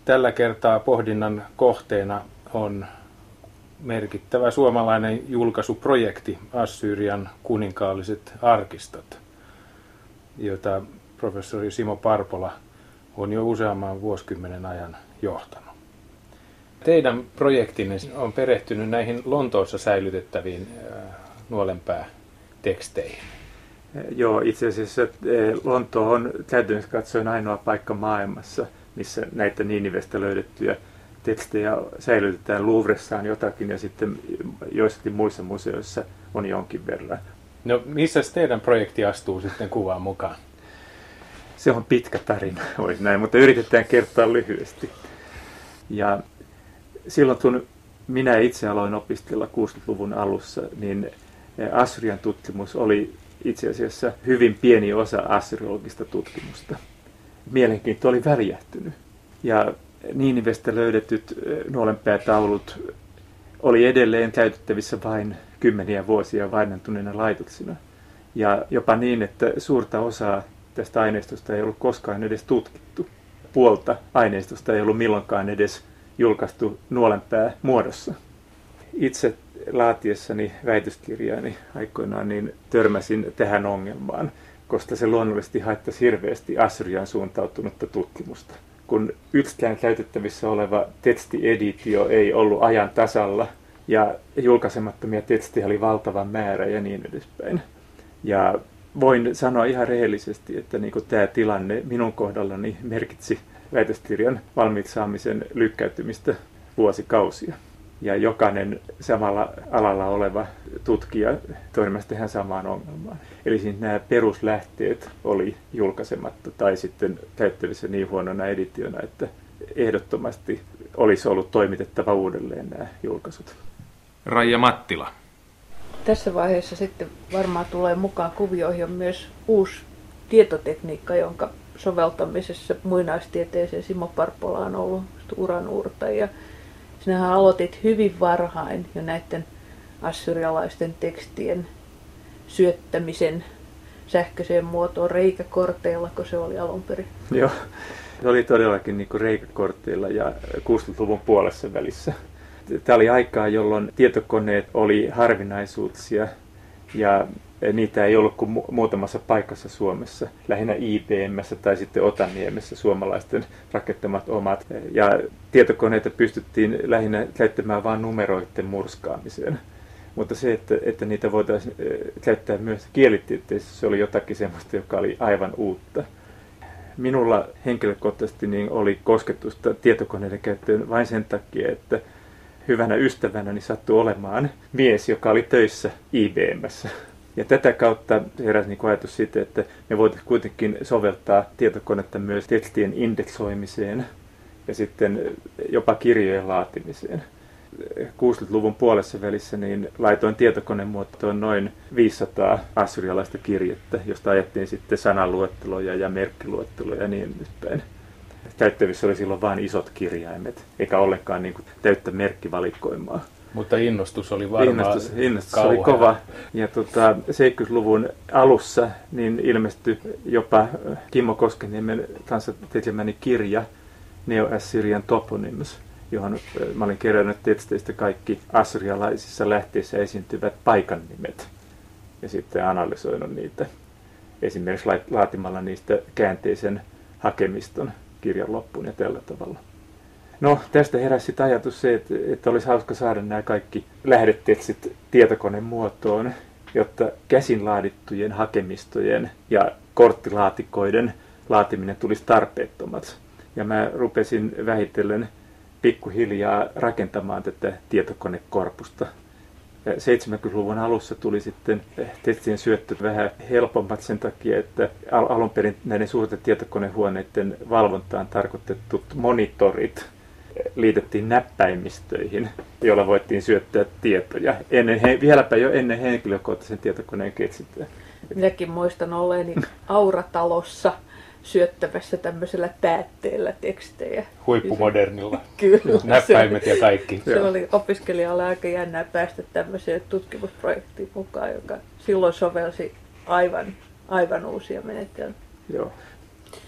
Tällä kertaa pohdinnan kohteena on merkittävä suomalainen julkaisuprojekti Assyrian kuninkaalliset arkistot, jota professori Simo Parpola on jo useamman vuosikymmenen ajan johtanut. Teidän projektinne on perehtynyt näihin Lontoossa säilytettäviin nuolenpääteksteihin. Joo, itse asiassa Lonto on käytännössä katsoen ainoa paikka maailmassa, missä näitä Niinivestä löydettyjä tekstejä säilytetään. Louvressa on jotakin ja sitten joissakin muissa museoissa on jonkin verran. No missä teidän projekti astuu sitten kuvaan mukaan? Se on pitkä tarina, olisi näin, mutta yritetään kertoa lyhyesti. Ja silloin kun minä itse aloin opiskella 60-luvun alussa, niin Assyrian tutkimus oli itse asiassa hyvin pieni osa assyriologista tutkimusta. Mielenkiinto oli väljähtynyt. Ja Niinivestä löydetyt nuolenpäätaulut oli edelleen käytettävissä vain kymmeniä vuosia vainantuneina laitoksina. Ja jopa niin, että suurta osaa tästä aineistosta ei ollut koskaan edes tutkittu. Puolta aineistosta ei ollut milloinkaan edes julkaistu nuolenpää muodossa. Itse laatiessani väitöskirjaani aikoinaan niin törmäsin tähän ongelmaan, koska se luonnollisesti haittasi hirveästi Assyriaan suuntautunutta tutkimusta. Kun yksikään käytettävissä oleva tekstieditio ei ollut ajan tasalla ja julkaisemattomia tekstejä oli valtava määrä ja niin edespäin. Ja voin sanoa ihan rehellisesti, että tämä tilanne minun kohdallani merkitsi väitöskirjan valmiiksi saamisen lykkäytymistä vuosikausia. Ja jokainen samalla alalla oleva tutkija törmäsi tähän samaan ongelmaan. Eli siis nämä peruslähteet oli julkaisematta tai sitten käyttävissä niin huonona editiona, että ehdottomasti olisi ollut toimitettava uudelleen nämä julkaisut. Raija Mattila. Tässä vaiheessa sitten varmaan tulee mukaan kuvioihin myös uusi tietotekniikka, jonka soveltamisessa muinaistieteeseen Simo Parpola on ollut uranuurtaja. Sinähän aloitit hyvin varhain jo näiden assyrialaisten tekstien syöttämisen sähköiseen muotoon reikäkorteilla, kun se oli alun perin. Joo, se oli todellakin niin kuin reikäkorteilla ja 60-luvun puolessa välissä. Tämä oli aikaa, jolloin tietokoneet oli harvinaisuuksia ja niitä ei ollut kuin muutamassa paikassa Suomessa, lähinnä IBM:ssä tai sitten Otaniemessä suomalaisten rakentamat omat. Ja tietokoneita pystyttiin lähinnä käyttämään vain numeroiden murskaamiseen. Mutta se, että niitä voitaisiin käyttää myös kielitieteessä, se oli jotakin sellaista, joka oli aivan uutta. Minulla henkilökohtaisesti niin oli kosketusta tietokoneiden käyttöön vain sen takia, että hyvänä ystävänäni sattui olemaan mies, joka oli töissä IBM:ssä. Ja tätä kautta heräsi ajatus siitä, että me voitaisiin kuitenkin soveltaa tietokonetta myös tekstien indeksoimiseen ja sitten jopa kirjojen laatimiseen. 60-luvun puolessa välissä niin laitoin tietokonemuotoon noin 500 assyrialaista kirjettä, josta ajettiin sitten sanaluetteloja ja merkkiluetteloja ja niin edespäin. Käyttävissä oli silloin vain isot kirjaimet, eikä ollenkaan täyttä merkkivalikoimaa. Mutta innostus oli varmaan Innostus oli kova. Ja 70-luvun alussa niin ilmestyi jopa Kimmo Koskeniemen kanssa tekemäni kirja Neo-Assyrian Toponyms, johon mä olin kerännyt teksteistä kaikki assyrialaisissa lähteissä esiintyvät paikannimet ja sitten analysoinut niitä. Esimerkiksi laatimalla niistä käänteisen hakemiston kirjan loppuun ja tällä tavalla. No, tästä heräsi ajatus se, että olisi hauska saada nämä kaikki lähdetekstit tietokoneen muotoon, jotta käsin laadittujen hakemistojen ja korttilaatikoiden laatiminen tulisi tarpeettomaksi. Ja mä rupesin vähitellen pikkuhiljaa rakentamaan tätä tietokonekorpusta. 70-luvun alussa tuli sitten tekstien syöttö vähän helpommat sen takia, että alun perin näiden suurten tietokonehuoneiden valvontaan tarkoitetut monitorit liitettiin näppäimistöihin, joilla voitiin syöttää tietoja. Vieläpä jo ennen henkilökohtaisen tietokoneen keksintää. Minäkin muistan olleeni Auratalossa syöttävässä tämmöisellä päätteellä tekstejä. Huippumodernilla. Kyllä. Näppäimet ja kaikki. Se oli opiskelijalle aika jännää päästä tämmöiseen tutkimusprojektiin mukaan, joka silloin sovelsi aivan uusia menetelmiä. Joo.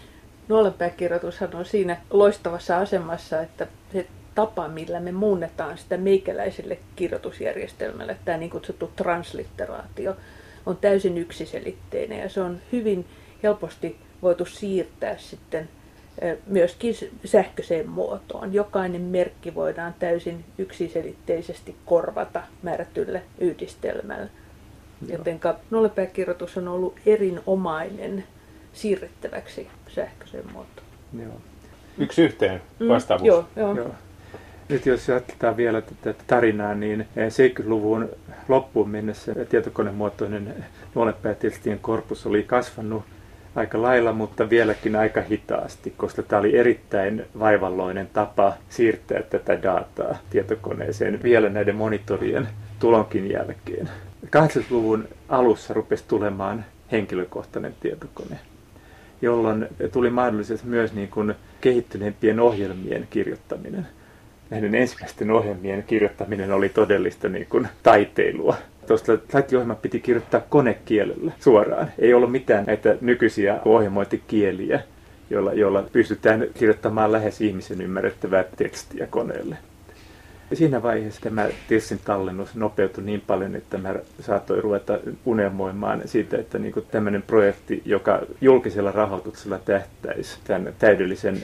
Nuolenpääkirjoitushan on siinä loistavassa asemassa, että se tapa, millä me muunnetaan sitä meikäläiselle kirjoitusjärjestelmälle, tämä niin kutsuttu translitteraatio, on täysin yksiselitteinen ja se on hyvin helposti voitu siirtää sitten myöskin sähköiseen muotoon. Jokainen merkki voidaan täysin yksiselitteisesti korvata määrätyllä yhdistelmällä. Jotenka nuolenpääkirjoitus on ollut erinomainen siirrettäväksi sähköiseen muotoon. Joo. Yksi yhteen vastaavuus. Joo. Nyt jos jatketaan vielä tätä tarinaa, niin 70-luvun loppuun mennessä tietokonemuotoinen nuolenpäätekstien korpus oli kasvanut aika lailla, mutta vieläkin aika hitaasti, koska tämä oli erittäin vaivalloinen tapa siirtää tätä dataa tietokoneeseen vielä näiden monitorien tulonkin jälkeen. 80-luvun alussa rupesi tulemaan henkilökohtainen tietokone, jolloin tuli mahdollisesti myös niin kuin kehittyneempien ohjelmien kirjoittaminen. Näiden ensimmäisten ohjelmien kirjoittaminen oli todellista niin kuin taiteilua. Tuosta ohjelma piti kirjoittaa konekielellä suoraan. Ei ollut mitään näitä nykyisiä ohjelmointikieliä, joilla pystytään kirjoittamaan lähes ihmisen ymmärrettävää tekstiä koneelle. Ja siinä vaiheessa tämä tekstin tallennus nopeutui niin paljon, että mä saatoin ruveta unelmoimaan siitä, että niin kuin tämmöinen projekti, joka julkisella rahoituksella tähtäisi tämän täydellisen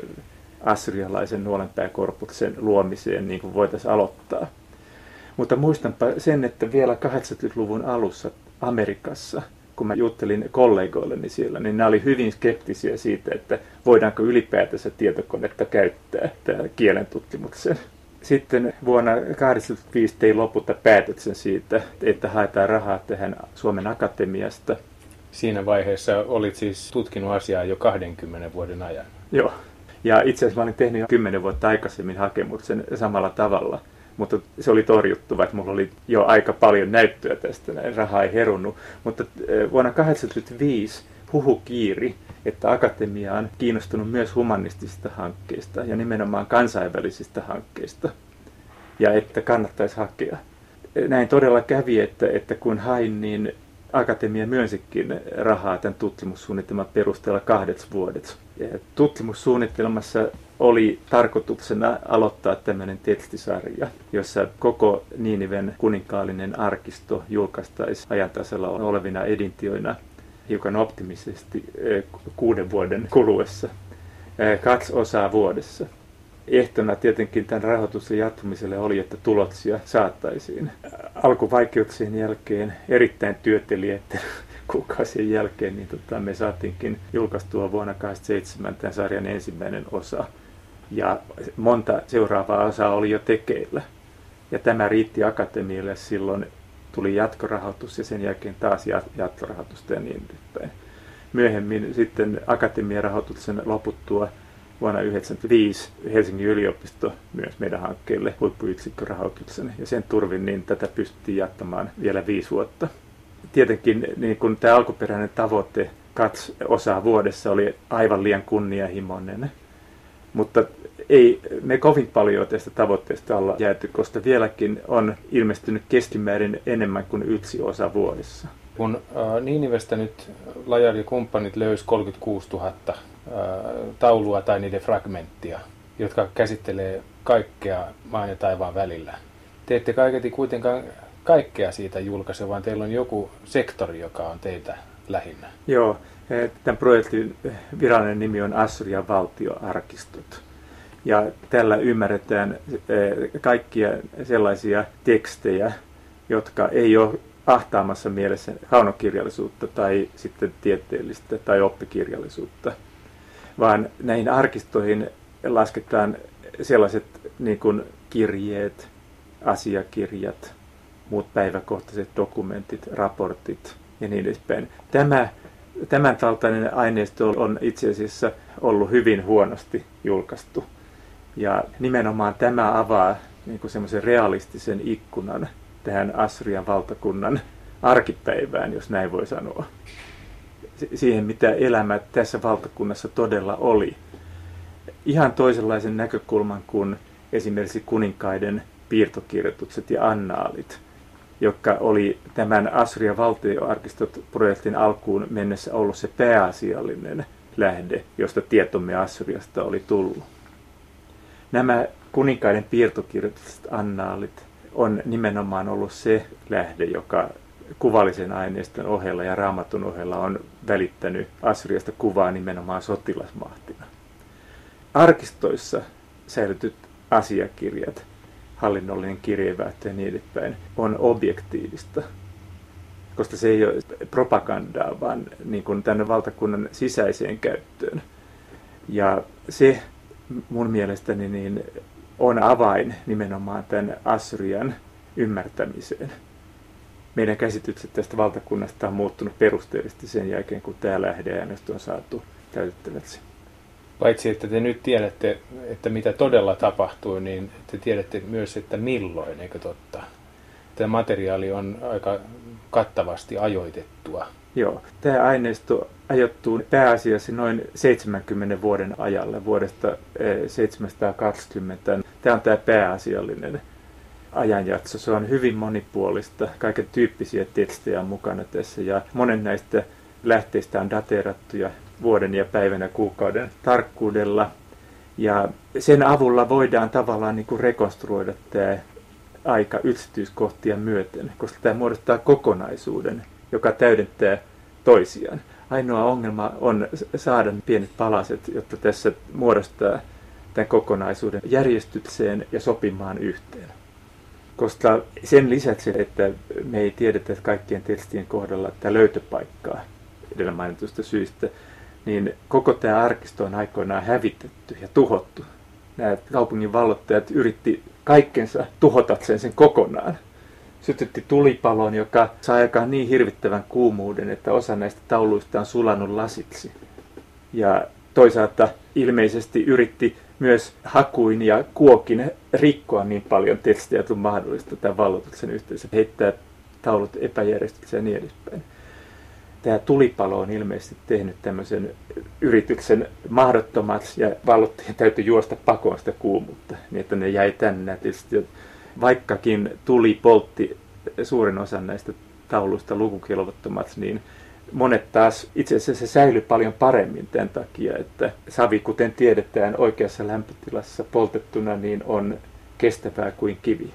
assyrialaisen nuolenpääkorpuksen luomiseen, niin kuin voitaisiin aloittaa. Mutta muistanpa sen, että vielä 80-luvun alussa Amerikassa, kun mä juttelin kollegoilleni siellä, niin nämä oli hyvin skeptisiä siitä, että voidaanko ylipäätänsä tietokonetta käyttää tämän kielen tutkimukseen. Sitten vuonna 1985 tein lopulta päätöksen siitä, että haetaan rahaa tähän Suomen Akatemiasta. Siinä vaiheessa olit siis tutkinut asiaa jo 20 vuoden ajan. Joo. Ja itse asiassa mä olin tehnyt jo 10 vuotta aikaisemmin hakemuksen samalla tavalla, mutta se oli torjuttu, että mulla oli jo aika paljon näyttöä tästä, näin rahaa ei herunnut. Mutta vuonna 1985 huhu kiiri, että akatemia on kiinnostunut myös humanistisista hankkeista ja nimenomaan kansainvälisistä hankkeista, ja että kannattaisi hakea. Näin todella kävi, että kun hain, niin akatemia myönsikin rahaa tämän tutkimussuunnitelman perusteella 2 vuodeksi. Ja tutkimussuunnitelmassa oli tarkoituksena aloittaa tämmöinen tekstisarja, jossa koko Niiniven kuninkaallinen arkisto julkaistaisi ajantasalla olevina editioina hiukan optimisesti 6 vuoden kuluessa, 2 osaa vuodessa. Ehtona tietenkin tämän rahoituksen jatkumiselle oli, että tuloksia saataisiin. Alkuvaikeuksien jälkeen, erittäin työteliäiden kuukausien jälkeen, niin me saatiinkin julkaistua vuonna 1987 tämän sarjan ensimmäinen osa. Ja monta seuraavaa osaa oli jo tekeillä. Ja tämä riitti akatemialle, silloin tuli jatkorahoitus ja sen jälkeen taas jatkorahoitusta ja niin edespäin. Myöhemmin sitten akatemian rahoituksen loputtua vuonna 1995 Helsingin yliopisto myös meidän hankkeelle huippuyksikkörahoituksen, ja sen turvin niin tätä pystyttiin jatkamaan vielä 5 vuotta. Tietenkin niin kun tämä alkuperäinen tavoite 2 osaa vuodessa oli aivan liian kunnianhimoinen, mutta ei me kovin paljon tästä tavoitteesta olla jääty, koska vieläkin on ilmestynyt keskimäärin enemmän kuin 1 osa vuodessa. Kun Niinivestä nyt Lajard ja kumppanit löysi 36 000 taulua tai niiden fragmenttia, jotka käsittelee kaikkea maan ja taivaan välillä. Te ette kaiketi kuitenkaan kaikkea siitä julkaise, vaan teillä on joku sektori, joka on teitä lähinnä. Joo, tämän projektin virallinen nimi on Assyrian valtioarkistot. Ja tällä ymmärretään kaikkia sellaisia tekstejä, jotka ei ole ahtaamassa mielessä kaunokirjallisuutta tai sitten tieteellistä tai oppikirjallisuutta, vaan näihin arkistoihin lasketaan sellaiset niin kuin kirjeet, asiakirjat, muut päiväkohtaiset dokumentit, raportit ja niin edespäin. Tämän kaltainen aineisto on itse asiassa ollut hyvin huonosti julkaistu. Ja nimenomaan tämä avaa niin kuin semmoisen realistisen ikkunan tähän Assyrian valtakunnan arkipäivään, jos näin voi sanoa. Siihen, mitä elämä tässä valtakunnassa todella oli. Ihan toisenlaisen näkökulman kuin esimerkiksi kuninkaiden piirtokirjoitukset ja annaalit, jotka oli tämän Assyrian valtioarkistot-projektin alkuun mennessä ollut se pääasiallinen lähde, josta tietomme Assyriasta oli tullut. Nämä kuninkaiden piirtokirjoitukset annaalit on nimenomaan ollut se lähde, joka kuvallisen aineiston ohella ja raamatun ohella on välittänyt Assyriasta kuvaa nimenomaan sotilasmahtina. Arkistoissa säilytyt asiakirjat, hallinnollinen kirjeenvaihto ja niin edespäin, on objektiivista, koska se ei ole propagandaa, vaan niin kuin tänne valtakunnan sisäiseen käyttöön. Ja se mun mielestäni niin on avain nimenomaan tämän Assyrian ymmärtämiseen. Meidän käsitykset tästä valtakunnasta on muuttunut perusteellisesti sen jälkeen, kun tämä lähdeäänestö on saatu täytettäväksi. Paitsi että te nyt tiedätte, että mitä todella tapahtui, niin te tiedätte myös, että milloin, eikö totta? Tämä materiaali on aika kattavasti ajoitettua. Joo, tämä aineisto ajoittuu pääasiassa noin 70 vuoden ajalle, vuodesta 720. Tämä on tämä pääasiallinen ajanjakso. Se on hyvin monipuolista, kaiken tyyppisiä tekstejä on mukana tässä ja monen näistä lähteistä on dateerattuja vuoden ja päivän ja kuukauden tarkkuudella. Ja sen avulla voidaan tavallaan niin kuin rekonstruoida tämä aika yksityiskohtia myöten, koska tämä muodostaa kokonaisuuden, joka täydentää toisiaan. Ainoa ongelma on saada pienet palaset, jotta tässä muodostaa tämän kokonaisuuden järjestykseen ja sopimaan yhteen. Koska sen lisäksi, että me ei tiedetä kaikkien tekstien kohdalla tämä löytöpaikkaa edellä mainitusta syistä, niin koko tämä arkisto on aikoinaan hävitetty ja tuhottu. Nämä kaupungin vallottajat yritti kaikkensa tuhotakseen sen kokonaan. Sytytti tulipalon, joka sai aikaan niin hirvittävän kuumuuden, että osa näistä tauluista on sulanut lasiksi. Ja toisaalta ilmeisesti yritti myös hakuin ja kuokin rikkoa niin paljon tekstejä kuin mahdollista tämän valloituksen yhteydessä, heittää taulut epäjärjestykseen ja niin edespäin. Tämä tulipalo on ilmeisesti tehnyt tämmöisen yrityksen mahdottomaksi ja vallottajien täytyy juosta pakoon sitä kuumuutta, niin että ne jäi tänne. Tietysti, vaikkakin tuli poltti suurin osa näistä tauluista lukukelvottomaksi, niin monet taas itse asiassa se säilyi paljon paremmin tämän takia, että savi, kuten tiedetään oikeassa lämpötilassa poltettuna, niin on kestävää kuin kivi.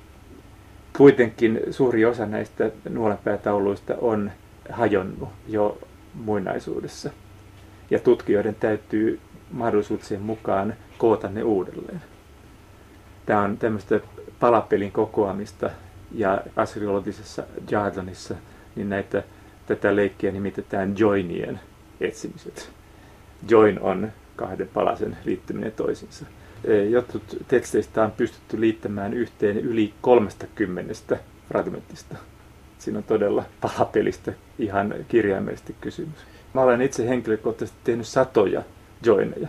Kuitenkin suuri osa näistä nuolenpäätauluista on hajonnut jo muinaisuudessa. Ja tutkijoiden täytyy mahdollisuuksien mukaan koota ne uudelleen. Tämä on tämmöistä palapelin kokoamista ja assyriologisessa jargonissa niin tätä leikkiä nimitetään joinien etsimiset. Join on kahden palasen liittyminen toisiinsa. Jotkut teksteistä on pystytty liittämään yhteen yli 30 fragmentista. Siinä on todella palapelistä ihan kirjaimellisesti kysymys. Mä olen itse henkilökohtaisesti tehnyt satoja joineja.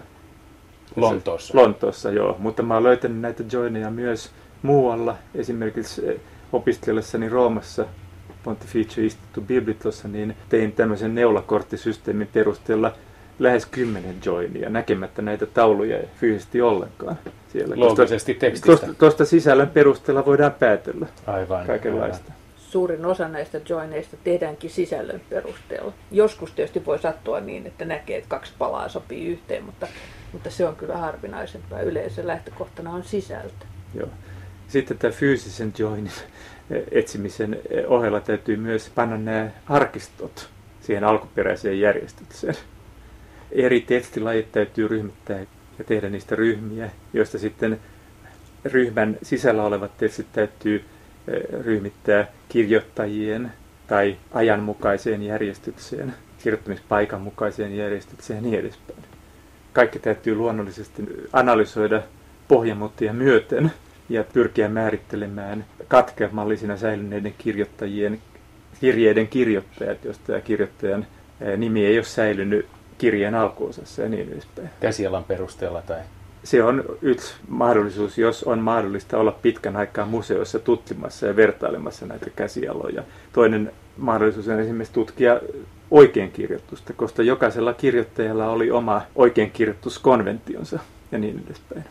Lontoossa, joo. Mutta mä olen löytänyt näitä joineja myös muualla. Esimerkiksi opiskellessani Roomassa Pontificio Instituto Biblitlossa, niin tein tämmöisen neulakorttisysteemin perusteella lähes 10 joinia, näkemättä näitä tauluja fyysisesti ollenkaan. Siellä. Loogisesti tekstistä. Tuosta sisällön perusteella voidaan päätellä kaikenlaista. Aivan. Suurin osa näistä joineista tehdäänkin sisällön perusteella. Joskus tietysti voi sattua niin, että näkee, että 2 palaa sopii yhteen, mutta se on kyllä harvinaisempaa. Yleensä lähtökohtana on sisältö. Joo. Sitten tämä fyysisen joinin etsimisen ohella täytyy myös panna nämä arkistot siihen alkuperäiseen järjestykseen. Eri tekstilajit täytyy ryhmittää ja tehdä niistä ryhmiä, joista sitten ryhmän sisällä olevat tekstit täytyy ryhmittää kirjoittajien tai ajanmukaiseen järjestykseen, kirjoittamispaikan mukaiseen järjestykseen ja niin edespäin. Kaikki täytyy luonnollisesti analysoida pohjamuottia myöten ja pyrkiä määrittelemään katkelmallisina säilyneiden kirjeiden kirjoittajat, josta tämä kirjoittajan nimi ei ole säilynyt kirjeen alkuosassa ja niin edespäin. Käsialan perusteella tai? Se on yksi mahdollisuus, jos on mahdollista olla pitkän aikaa museossa tutkimassa ja vertailemassa näitä käsialoja. Toinen mahdollisuus on esimerkiksi tutkia oikeinkirjoitusta, koska jokaisella kirjoittajalla oli oma oikeinkirjoituskonventionsa ja niin edespäin.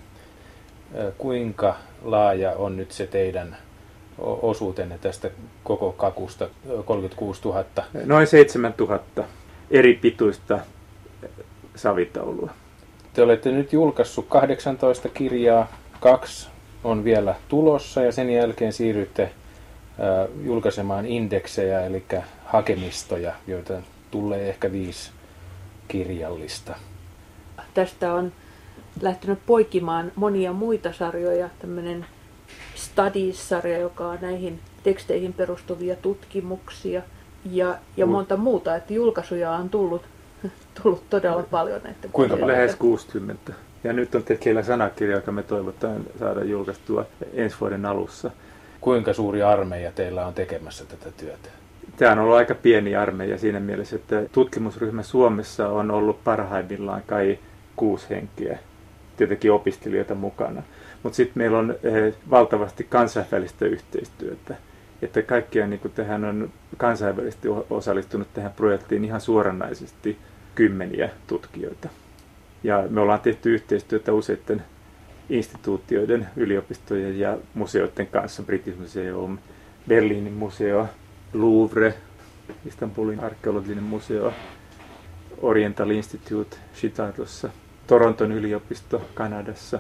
Kuinka laaja on nyt se teidän osuutenne tästä koko kakusta, 36 000? Noin 7 000 eri pituista savitaulua. Te olette nyt julkaissut 18 kirjaa, 2 on vielä tulossa ja sen jälkeen siirrytte julkaisemaan indeksejä, eli hakemistoja, joita tulee ehkä 5 kirjallista. Tästä on lähtenyt poikimaan monia muita sarjoja, tämmöinen Studies-sarja, joka on näihin teksteihin perustuvia tutkimuksia ja monta muuta, että julkaisuja on tullut todella paljon. Kuinka paljon? Lähes 60. Ja nyt on tekeillä sanakirja, joka me toivotaan saada julkaistua ensi vuoden alussa. Kuinka suuri armeija teillä on tekemässä tätä työtä? Tämä on ollut aika pieni armeija siinä mielessä, että tutkimusryhmä Suomessa on ollut parhaimmillaan kai 6 henkeä, tietenkin opiskelijoita mukana. Mutta sitten meillä on valtavasti kansainvälistä yhteistyötä, että kaikkia niin kuin tähän on kansainvälisesti osallistunut tähän projektiin ihan suoranaisesti 10 tutkijoita. Ja me ollaan tehty yhteistyötä useiden instituutioiden, yliopistojen ja museoiden kanssa, British Museum, Berliinin museo, Louvre, Istanbulin arkeologinen museo, Oriental Institute Chicagossa, Toronton yliopisto Kanadassa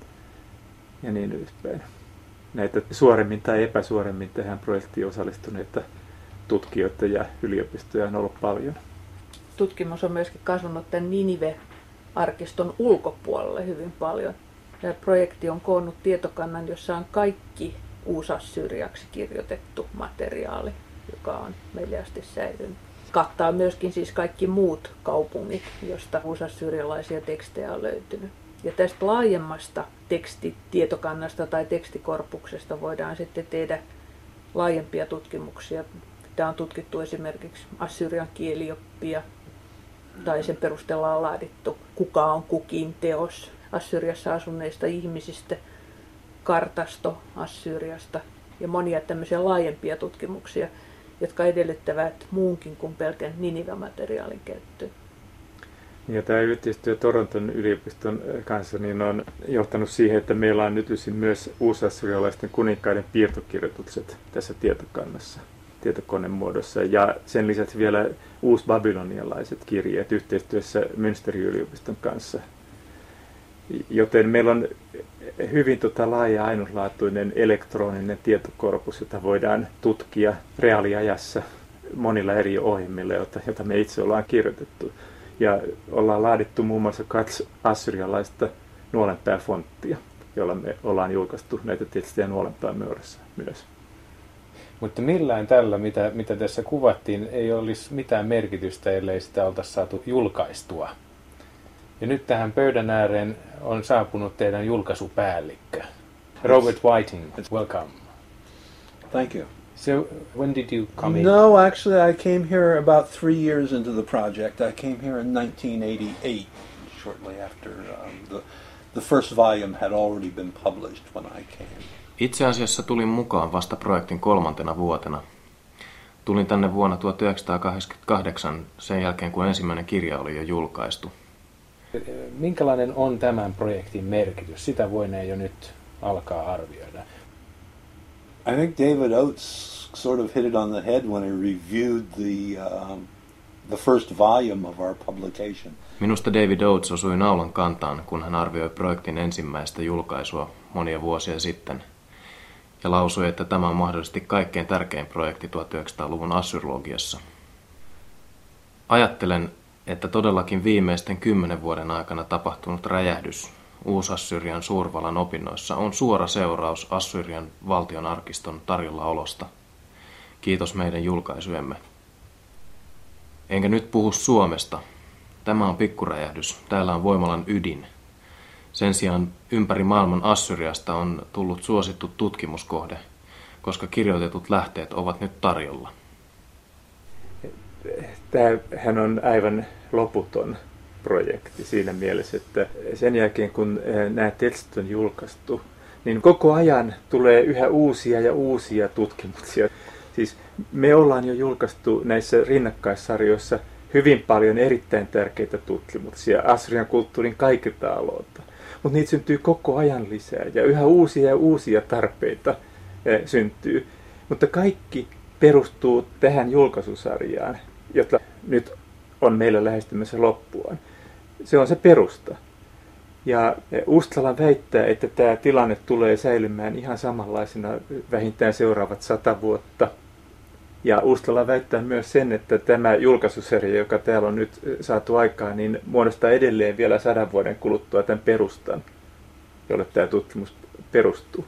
ja niin edespäin. Näitä suoremmin tai epäsuoremmin tähän projektiin osallistuneita tutkijoita ja yliopistoja on ollut paljon. Tutkimus on myöskin kasvanut tämän Ninive-arkiston ulkopuolelle hyvin paljon. Tämä projekti on koonnut tietokannan, jossa on kaikki uusassyriaksi kirjoitettu materiaali, joka on meille asti säilynyt. Kattaa myöskin siis kaikki muut kaupungit, joista uusassyrialaisia tekstejä on löytynyt. Ja tästä laajemmasta tekstitietokannasta tai tekstikorpuksesta voidaan sitten tehdä laajempia tutkimuksia. Tämä on tutkittu esimerkiksi assyrian kielioppia, tai sen perusteella on laadittu kuka on kukin teos Assyriassa asuneista ihmisistä, kartasto Assyriasta ja monia tämmöisiä laajempia tutkimuksia, jotka edellyttävät muunkin kuin pelkän Ninive-materiaalin käyttöä. Ja tämä yhteistyö Toronton yliopiston kanssa niin on johtanut siihen, että meillä on nykyisin myös uusassyrialaisten kuninkaiden piirtokirjoitukset tässä tietokannassa tietokonemuodossa. Ja sen lisäksi vielä uusbabylonialaiset kirjeet yhteistyössä Münsterin yliopiston kanssa. Joten meillä on hyvin laaja ainutlaatuinen elektroninen tietokorpus, jota voidaan tutkia reaaliajassa monilla eri ohjelmilla, joita me itse ollaan kirjoitettu. Ja ollaan laadittu muun muassa 2 assyrialaista nuolenpääfonttia, jolla me ollaan julkaistu näitä tekstejä nuolenpäämuodossa myös. Mutta millään tällä, mitä tässä kuvattiin, ei olisi mitään merkitystä, ellei sitä oltaisi saatu julkaistua. Ja nyt tähän pöydän ääreen on saapunut teidän julkaisupäällikkö. Robert Whiting, welcome. Thank you. So, when did you come in? No, actually I came here about 3 years into the project. I came here in 1988, shortly after the first volume had already been published when I came. Itse asiassa tulin mukaan vasta projektin 3. vuotena. Tulin tänne vuonna 1988 sen jälkeen, kun ensimmäinen kirja oli jo julkaistu. Minkälainen on tämän projektin merkitys? Sitä voinee jo nyt alkaa arvioida. I think David Oates sort of hit it on the head when he reviewed the first volume of our publication. Minusta David Oates osui naulan kantaan, kun hän arvioi projektin ensimmäistä julkaisua monia vuosia sitten ja lausui, että tämä on mahdollisesti kaikkein tärkein projekti 1900-luvun assyriologiassa. Ajattelen, että todellakin viimeisten 10 vuoden aikana tapahtunut räjähdys Uus-Assyrian suurvallan opinnoissa on suora seuraus Assyrian valtion arkiston tarjollaolosta. Kiitos meidän julkaisujemme. Enkä nyt puhu Suomesta. Tämä on pikkuräjähdys. Täällä on voimalan ydin. Sen sijaan ympäri maailman Assyriasta on tullut suosittu tutkimuskohde, koska kirjoitetut lähteet ovat nyt tarjolla. Tämähän on aivan loputon projekti siinä mielessä, että sen jälkeen kun nämä tekstit on julkaistu, niin koko ajan tulee yhä uusia ja uusia tutkimuksia. Siis me ollaan jo julkaistu näissä rinnakkaissarjoissa hyvin paljon erittäin tärkeitä tutkimuksia Assyrian kulttuurin kaikilta aloilta. Mutta niitä syntyy koko ajan lisää ja yhä uusia ja uusia tarpeita syntyy. Mutta kaikki perustuu tähän julkaisusarjaan, jota nyt on meillä lähestymässä loppuaan. Se on se perusta. Ja Ustala väittää, että tämä tilanne tulee säilymään ihan samanlaisena vähintään seuraavat 100 vuotta. Ja Ustala väittää myös sen, että tämä julkaisuseria, joka täällä on nyt saatu aikaan, niin muodostaa edelleen vielä 100 vuoden kuluttua tämän perustan, jolle tämä tutkimus perustuu.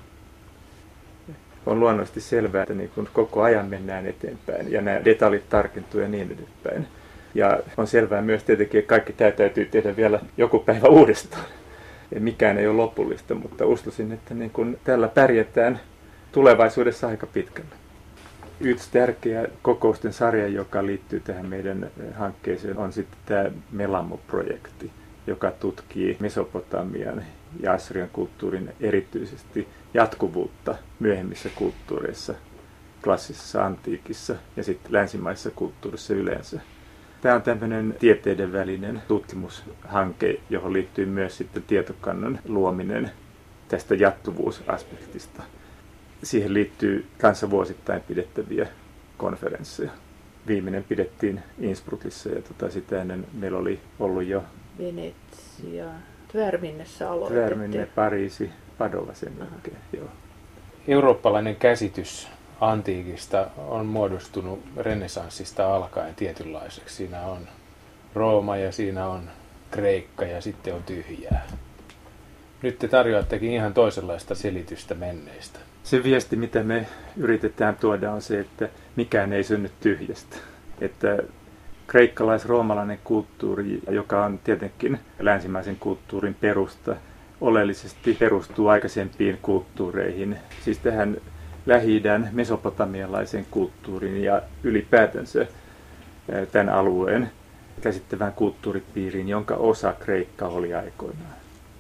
On luonnollisesti selvää, että niin kun koko ajan mennään eteenpäin ja nämä detaljit tarkentuu ja niin edespäin. Ja on selvää myös tietenkin, että kaikki tämä täytyy tehdä vielä joku päivä uudestaan. Ja mikään ei ole lopullista, mutta uskoisin, että niin kun tällä pärjätään tulevaisuudessa aika pitkälle. Yksi tärkeä kokousten sarja, joka liittyy tähän meidän hankkeeseen, on sitten tämä Melamo-projekti, joka tutkii Mesopotamian ja Assyrian kulttuurin erityisesti jatkuvuutta myöhemmissä kulttuureissa, klassisessa antiikissa ja sitten länsimaisessa kulttuurissa yleensä. Tämä on tämmöinen tieteiden välinen tutkimushanke, johon liittyy myös sitten tietokannan luominen tästä jatkuvuusaspektista. Siihen liittyy kanssa vuosittain pidettäviä konferensseja. Viimeinen pidettiin Innsbruckissa ja sitä ennen meillä oli ollut jo Venetsia, Tvärminnessä aloitettiin. Tvärminne, Pariisi, Padova sen jälkeen. Joo. Eurooppalainen käsitys antiikista on muodostunut renessanssista alkaen tietynlaiseksi. Siinä on Rooma ja siinä on Kreikka ja sitten on tyhjää. Nyt te tarjoattekin ihan toisenlaista selitystä menneistä. Se viesti, mitä me yritetään tuoda, on se, että mikään ei synny tyhjästä. Että kreikkalais-roomalainen kulttuuri, joka on tietenkin länsimäisen kulttuurin perusta, oleellisesti perustuu aikaisempiin kulttuureihin, siis tähän Lähi-idän mesopotamialaisen kulttuurin ja ylipäätänsä tämän alueen käsittävään kulttuuripiiriin, jonka osa Kreikka oli aikoinaan.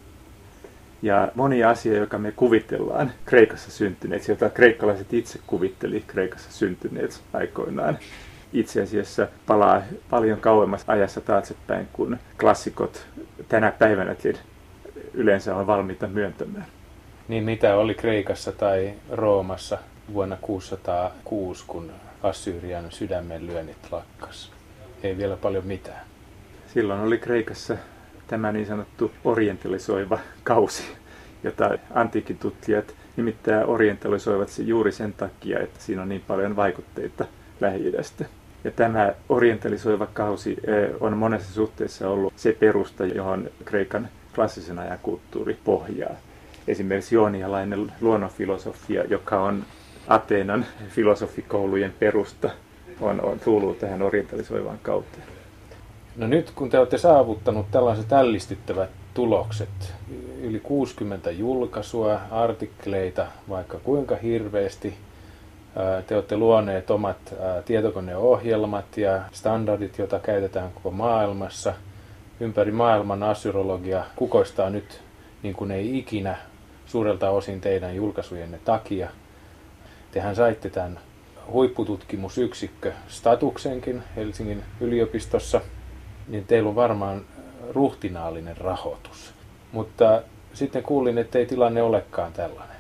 Ja moni asia, joka me kuvitellaan Kreikassa syntyneeksi, jota kreikkalaiset itse kuvitteli Kreikassa syntyneeksi aikoinaan, itse asiassa palaa paljon kauemmas ajassa taaksepäin, kun klassikot tänä päivänäkin yleensä on valmiita myöntämään. Niin mitä oli Kreikassa tai Roomassa vuonna 606, kun Assyrian sydämenlyönnit lakkas? Ei vielä paljon mitään. Silloin oli Kreikassa tämä niin sanottu orientalisoiva kausi, jota antiikin tutkijat nimittäin orientalisoivat juuri sen takia, että siinä on niin paljon vaikutteita Lähi-idästä. Ja tämä orientalisoiva kausi on monessa suhteessa ollut se perusta, johon Kreikan klassisen ajan kulttuuri pohjaa. Esimerkiksi joonialainen luonnonfilosofia, joka on Ateenan filosofikoulujen perusta, kuuluu tähän orientalisoivaan kauteen. No nyt kun te olette saavuttanut tällaiset ällistyttävät tulokset, yli 60 julkaisua, artikkeleita, vaikka kuinka hirveästi, te olette luoneet omat tietokoneohjelmat ja standardit, joita käytetään koko maailmassa. Ympäri maailman assyrologia kukoistaa nyt niin kuin ei ikinä suurelta osin teidän julkaisujenne takia. Tehän saitte tämän huippututkimusyksikkö statuksenkin Helsingin yliopistossa, niin teillä on varmaan ruhtinaallinen rahoitus. Mutta sitten kuulin, että ei tilanne olekaan tällainen.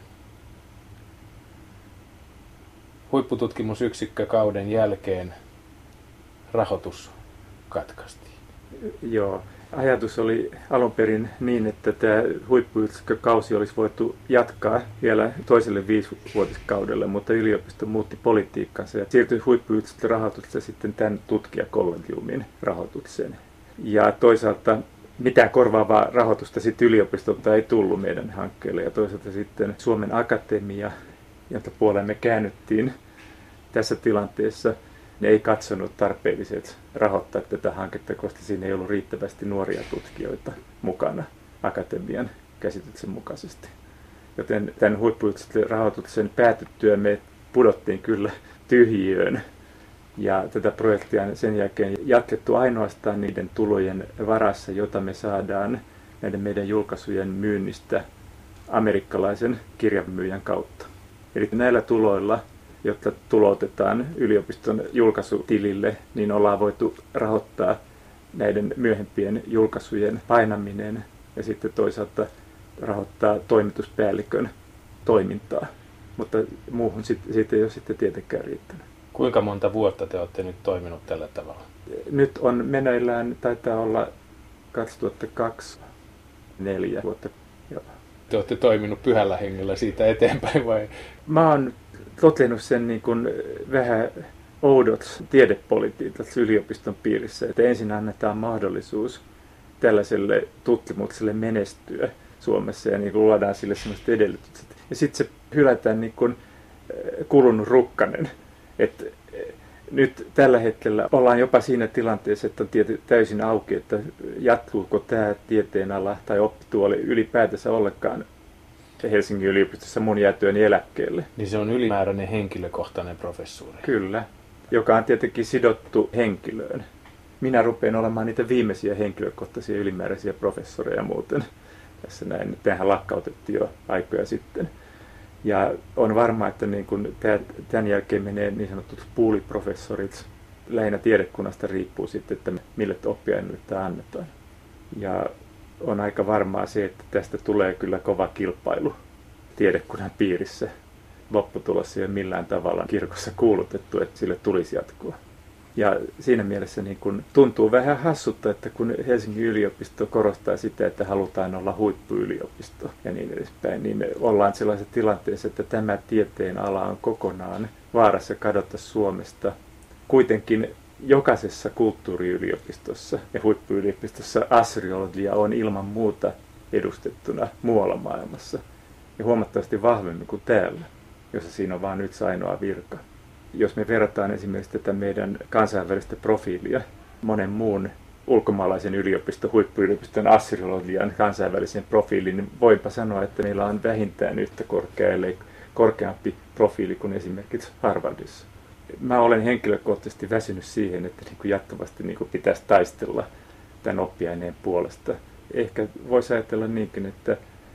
Huippututkimusyksikkökauden jälkeen rahoitus katkaistiin. Joo. Ajatus oli alun perin niin, että tämä huippuyksikkökausi olisi voitu jatkaa vielä toiselle 5-vuotiskaudelle, mutta yliopisto muutti politiikkansa ja siirtyi huippuyksikkörahoituksesta sitten tämän tutkijakollegiumin rahoitukseen. Ja toisaalta mitään korvaavaa rahoitusta sitten yliopistolta ei tullut meidän hankkeelle ja toisaalta sitten Suomen Akatemia, jonka puoleen me käännyttiin tässä tilanteessa, ne ei katsonut tarpeelliset rahoittaa tätä hanketta, koska siinä ei ollut riittävästi nuoria tutkijoita mukana akatemian käsityksen mukaisesti. Joten tämän huippuyksikkörahoituksen päätyttyä me pudottiin kyllä tyhjiöön. Ja tätä projektia on sen jälkeen jatkettu ainoastaan niiden tulojen varassa, jota me saadaan näiden meidän julkaisujen myynnistä amerikkalaisen kirjanmyyjän kautta. Eli näillä tuloilla, jotka tuloutetaan yliopiston julkaisutilille, niin ollaan voitu rahoittaa näiden myöhempien julkaisujen painaminen ja sitten toisaalta rahoittaa toimituspäällikön toimintaa. Mutta muuhun siitä ei ole sitten tietenkään riittänyt. Kuinka monta vuotta te olette nyt toiminut tällä tavalla? Nyt on meneillään, taitaa olla 2002, 4 vuotta. Joo. Te olette toiminut pyhällä hengellä siitä eteenpäin vai? Mä oon totenut sen niin kuin vähän oudoksi tiedepolitiikaksi yliopiston piirissä, että ensin annetaan mahdollisuus tällaiselle tutkimukselle menestyä Suomessa ja niin kuin luodaan sille sellaiset edellytykset. Ja sitten se hylätään niin kuin kulunut rukkanen. Että nyt tällä hetkellä ollaan jopa siinä tilanteessa, että on täysin auki, että jatkuuko tämä tieteenala tai oppituoli ylipäätänsä ollenkaan Helsingin yliopistossa mun jäätyöni eläkkeelle. Niin se on ylimääräinen henkilökohtainen professuuri. Kyllä, joka on tietenkin sidottu henkilöön. Minä rupean olemaan niitä viimeisiä henkilökohtaisia ylimääräisiä professoreja muuten. Tässä näin, tämähän lakkautettiin jo aikoja sitten. Ja on varma, että niin kun tämän jälkeen menee niin sanotut puuliprofessorit. Lähinnä tiedekunnasta riippuu sitten, että mille oppiaineille tämä annetaan. Ja on aika varmaa se, että tästä tulee kyllä kova kilpailu tiedekunnan piirissä. Lopputulos ei ole millään tavalla kirkossa kuulutettu, että sille tulisi jatkua. Ja siinä mielessä niin kun tuntuu vähän hassutta, että kun Helsingin yliopisto korostaa sitä, että halutaan olla huippuyliopisto ja niin edespäin, niin me ollaan sellaisessa tilanteessa, että tämä tieteen ala on kokonaan vaarassa kadota Suomesta. Kuitenkin jokaisessa kulttuuriyliopistossa ja huippuyliopistossa assyriologia on ilman muuta edustettuna muualla maailmassa ja huomattavasti vahvemmin kuin täällä, jossa siinä on vain yksi ainoa virka. Jos me verrataan esimerkiksi tätä meidän kansainvälistä profiilia monen muun ulkomaalaisen yliopiston, huippuyliopiston assyriologian kansainvälisen profiilin, niin voinpa sanoa, että meillä on vähintään yhtä korkea, ellei korkeampi profiili kuin esimerkiksi Harvardissa. Mä olen henkilökohtaisesti väsynyt siihen, että jatkuvasti pitäisi taistella tämän oppiaineen puolesta. Ehkä voisi ajatella niinkin, että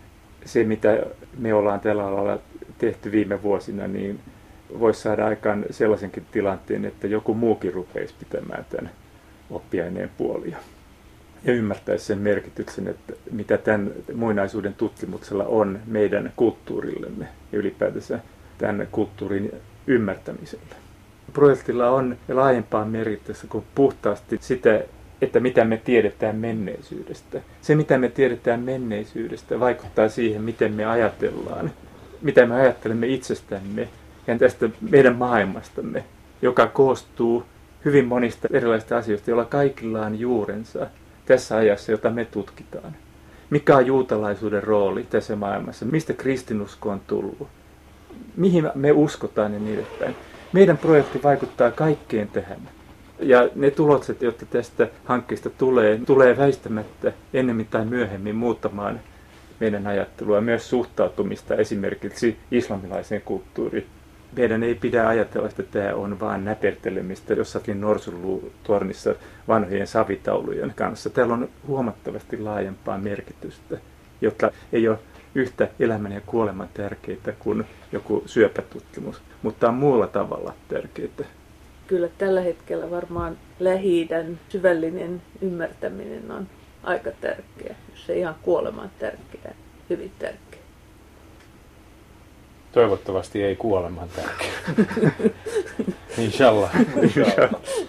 se mitä me ollaan tällä alalla tehty viime vuosina, niin voisi saada aikaan sellaisenkin tilanteen, että joku muukin rupeisi pitämään tämän oppiaineen puolia. Ja ymmärtäisi sen merkityksen, että mitä tämän muinaisuuden tutkimuksella on meidän kulttuurillemme ja ylipäätänsä tämän kulttuurin ymmärtämiselle. Projektilla on laajempaa merkitystä kuin puhtaasti sitä, että mitä me tiedetään menneisyydestä. Se, mitä me tiedetään menneisyydestä, vaikuttaa siihen, miten me ajatellaan, mitä me ajattelemme itsestämme ja tästä meidän maailmastamme, joka koostuu hyvin monista erilaisista asioista, joilla kaikilla on juurensa tässä ajassa, jota me tutkitaan. Mikä on juutalaisuuden rooli tässä maailmassa? Mistä kristinusko on tullut? Mihin me uskotaan ja niin edespäin? Meidän projekti vaikuttaa kaikkeen tähän. Ja ne tulokset, jotka tästä hankkeesta tulee väistämättä ennemmin tai myöhemmin muuttamaan meidän ajattelua, myös suhtautumista esimerkiksi islamilaiseen kulttuuriin. Meidän ei pidä ajatella, että tämä on vain näpertelemistä jossakin norsunluutornissa vanhojen savitaulujen kanssa. Täällä on huomattavasti laajempaa merkitystä, jotka ei ole yhtä elämän ja kuoleman tärkeitä kuin joku syöpätutkimus, mutta on muulla tavalla tärkeitä. Kyllä tällä hetkellä varmaan Lähi-idän syvällinen ymmärtäminen on aika tärkeä, jos ei ihan kuoleman tärkeä, hyvin tärkeä. Toivottavasti ei kuoleman tärkeä. Inshallah.